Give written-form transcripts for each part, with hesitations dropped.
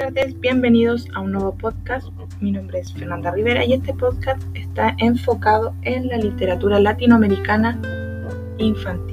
tardes, bienvenidos a un nuevo podcast. Mi nombre es Fernanda Rivera y este podcast está enfocado en la literatura latinoamericana infantil.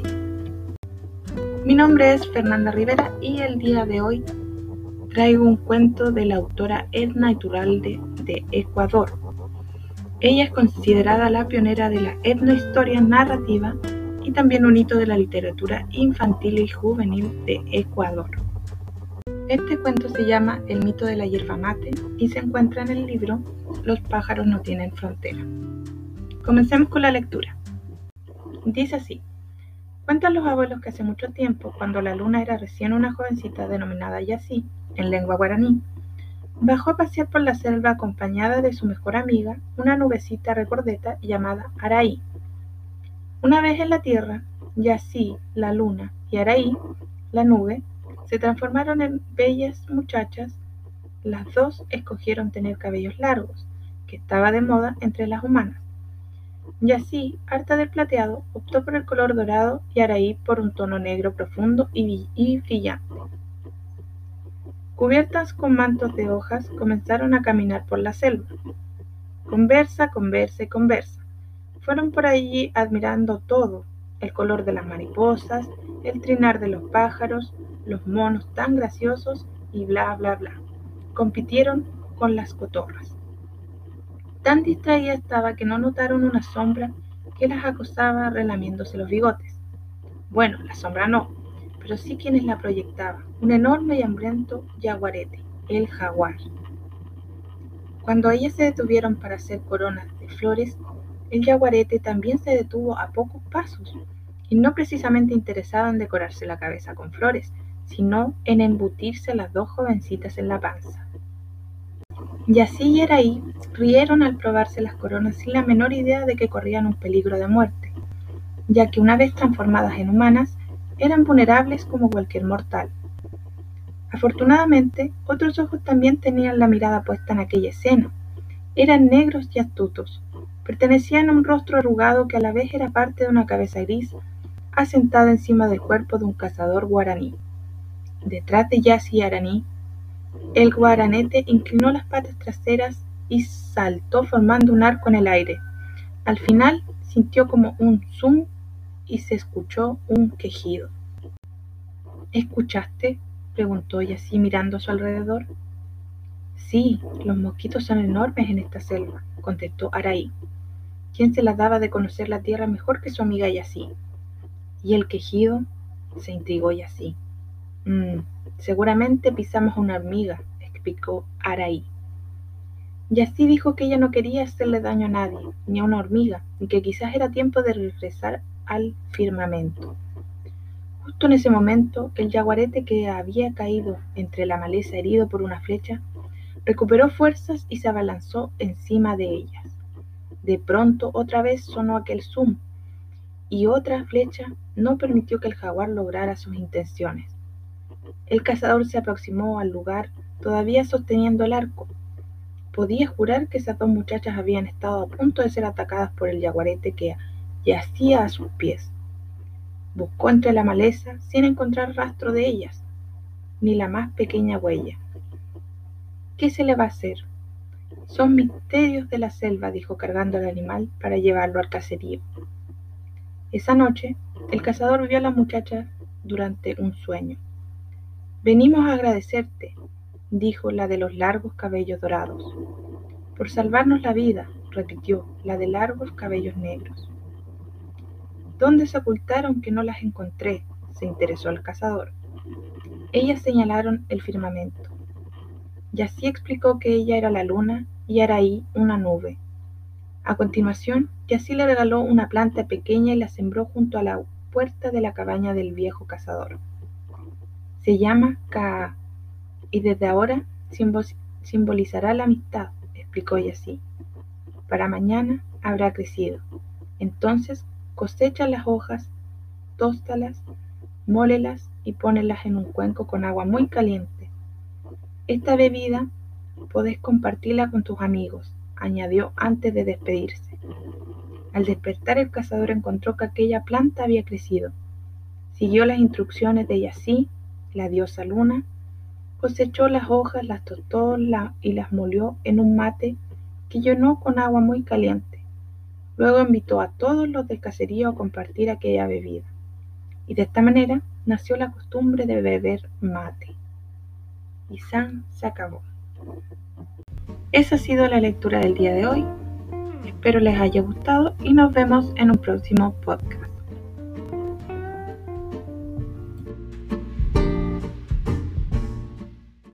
Mi nombre es Fernanda Rivera y el día de hoy traigo un cuento de la autora Edna Iturralde de Ecuador. Ella es considerada la pionera de la etnohistoria narrativa y también un hito de la literatura infantil y juvenil de Ecuador. Este cuento se llama El mito de la yerba mate y se encuentra en el libro Los pájaros no tienen frontera. Comencemos con la lectura. Dice así: cuentan los abuelos que hace mucho tiempo, cuando la luna era recién una jovencita denominada Yací, en lengua guaraní, bajó a pasear por la selva acompañada de su mejor amiga, una nubecita recordeta llamada Araí. Una vez en la tierra, Yací, la luna, y Araí, la nube, se transformaron en bellas muchachas. Las dos escogieron tener cabellos largos, que estaba de moda entre las humanas. Yací, harta del plateado, optó por el color dorado y Araí por un tono negro profundo y brillante. Cubiertas con mantos de hojas, comenzaron a caminar por la selva. Conversa y conversa. Fueron por allí admirando todo: el color de las mariposas, el trinar de los pájaros, los monos tan graciosos y bla, bla, bla. Compitieron con las cotorras. Tan distraída estaba que no notaron una sombra que las acosaba relamiéndose los bigotes. Bueno, la sombra no, pero sí quienes la proyectaban: un enorme y hambriento yaguarete, el jaguar. Cuando ellas se detuvieron para hacer coronas de flores, el yaguarete también se detuvo a pocos pasos, y no precisamente interesado en decorarse la cabeza con flores, sino en embutirse a las dos jovencitas en la panza. Yací y Araí rieron al probarse las coronas sin la menor idea de que corrían un peligro de muerte, ya que una vez transformadas en humanas, eran vulnerables como cualquier mortal. Afortunadamente, otros ojos también tenían la mirada puesta en aquella escena. Eran negros y astutos. Pertenecían a un rostro arrugado que a la vez era parte de una cabeza gris, asentada encima del cuerpo de un cazador guaraní. Detrás de Yací y Araí, el guaranete inclinó las patas traseras y saltó formando un arco en el aire. Al final sintió como un zum y se escuchó un quejido. ¿Escuchaste?, preguntó Yací mirando a su alrededor. Sí, los mosquitos son enormes en esta selva, contestó Araí, quien se las daba de conocer la tierra mejor que su amiga Yací. ¿Y el quejido?, se intrigó Yací. Seguramente pisamos a una hormiga, explicó Araí. Yací dijo que ella no quería hacerle daño a nadie, ni a una hormiga, y que quizás era tiempo de regresar al firmamento. Justo en ese momento, el yaguarete, que había caído entre la maleza herido por una flecha, recuperó fuerzas y se abalanzó encima de ellas. De pronto otra vez sonó aquel zum, y otra flecha no permitió que el jaguar lograra sus intenciones. El cazador se aproximó al lugar, todavía sosteniendo el arco. Podía jurar que esas dos muchachas habían estado a punto de ser atacadas por el yaguarete que yacía a sus pies. Buscó entre la maleza sin encontrar rastro de ellas, ni la más pequeña huella. ¿Qué se le va a hacer? Son misterios de la selva, dijo, cargando al animal para llevarlo al caserío. Esa noche, el cazador vio a las muchachas durante un sueño. Venimos a agradecerte, dijo la de los largos cabellos dorados. Por salvarnos la vida, repitió la de largos cabellos negros. ¿Dónde se ocultaron que no las encontré?, se interesó el cazador. Ellas señalaron el firmamento. Yací explicó que ella era la luna y Araí una nube. A continuación, Yací le regaló una planta pequeña y la sembró junto a la puerta de la cabaña del viejo cazador. Se llama Kaa, y desde ahora simbolizará la amistad, explicó Yací. Para mañana habrá crecido. Entonces cosecha las hojas, tóstalas, mólelas y pónelas en un cuenco con agua muy caliente. Esta bebida podés compartirla con tus amigos, añadió antes de despedirse. Al despertar, el cazador encontró que aquella planta había crecido. Siguió las instrucciones de Yací, la diosa luna, Cosechó las hojas, las tostó y las molió en un mate que llenó con agua muy caliente. Luego invitó a todos los del caserío a compartir aquella bebida, y de esta manera nació la costumbre de beber mate. Y se acabó. Esa ha sido la lectura del día de hoy. Espero les haya gustado y nos vemos en un próximo podcast.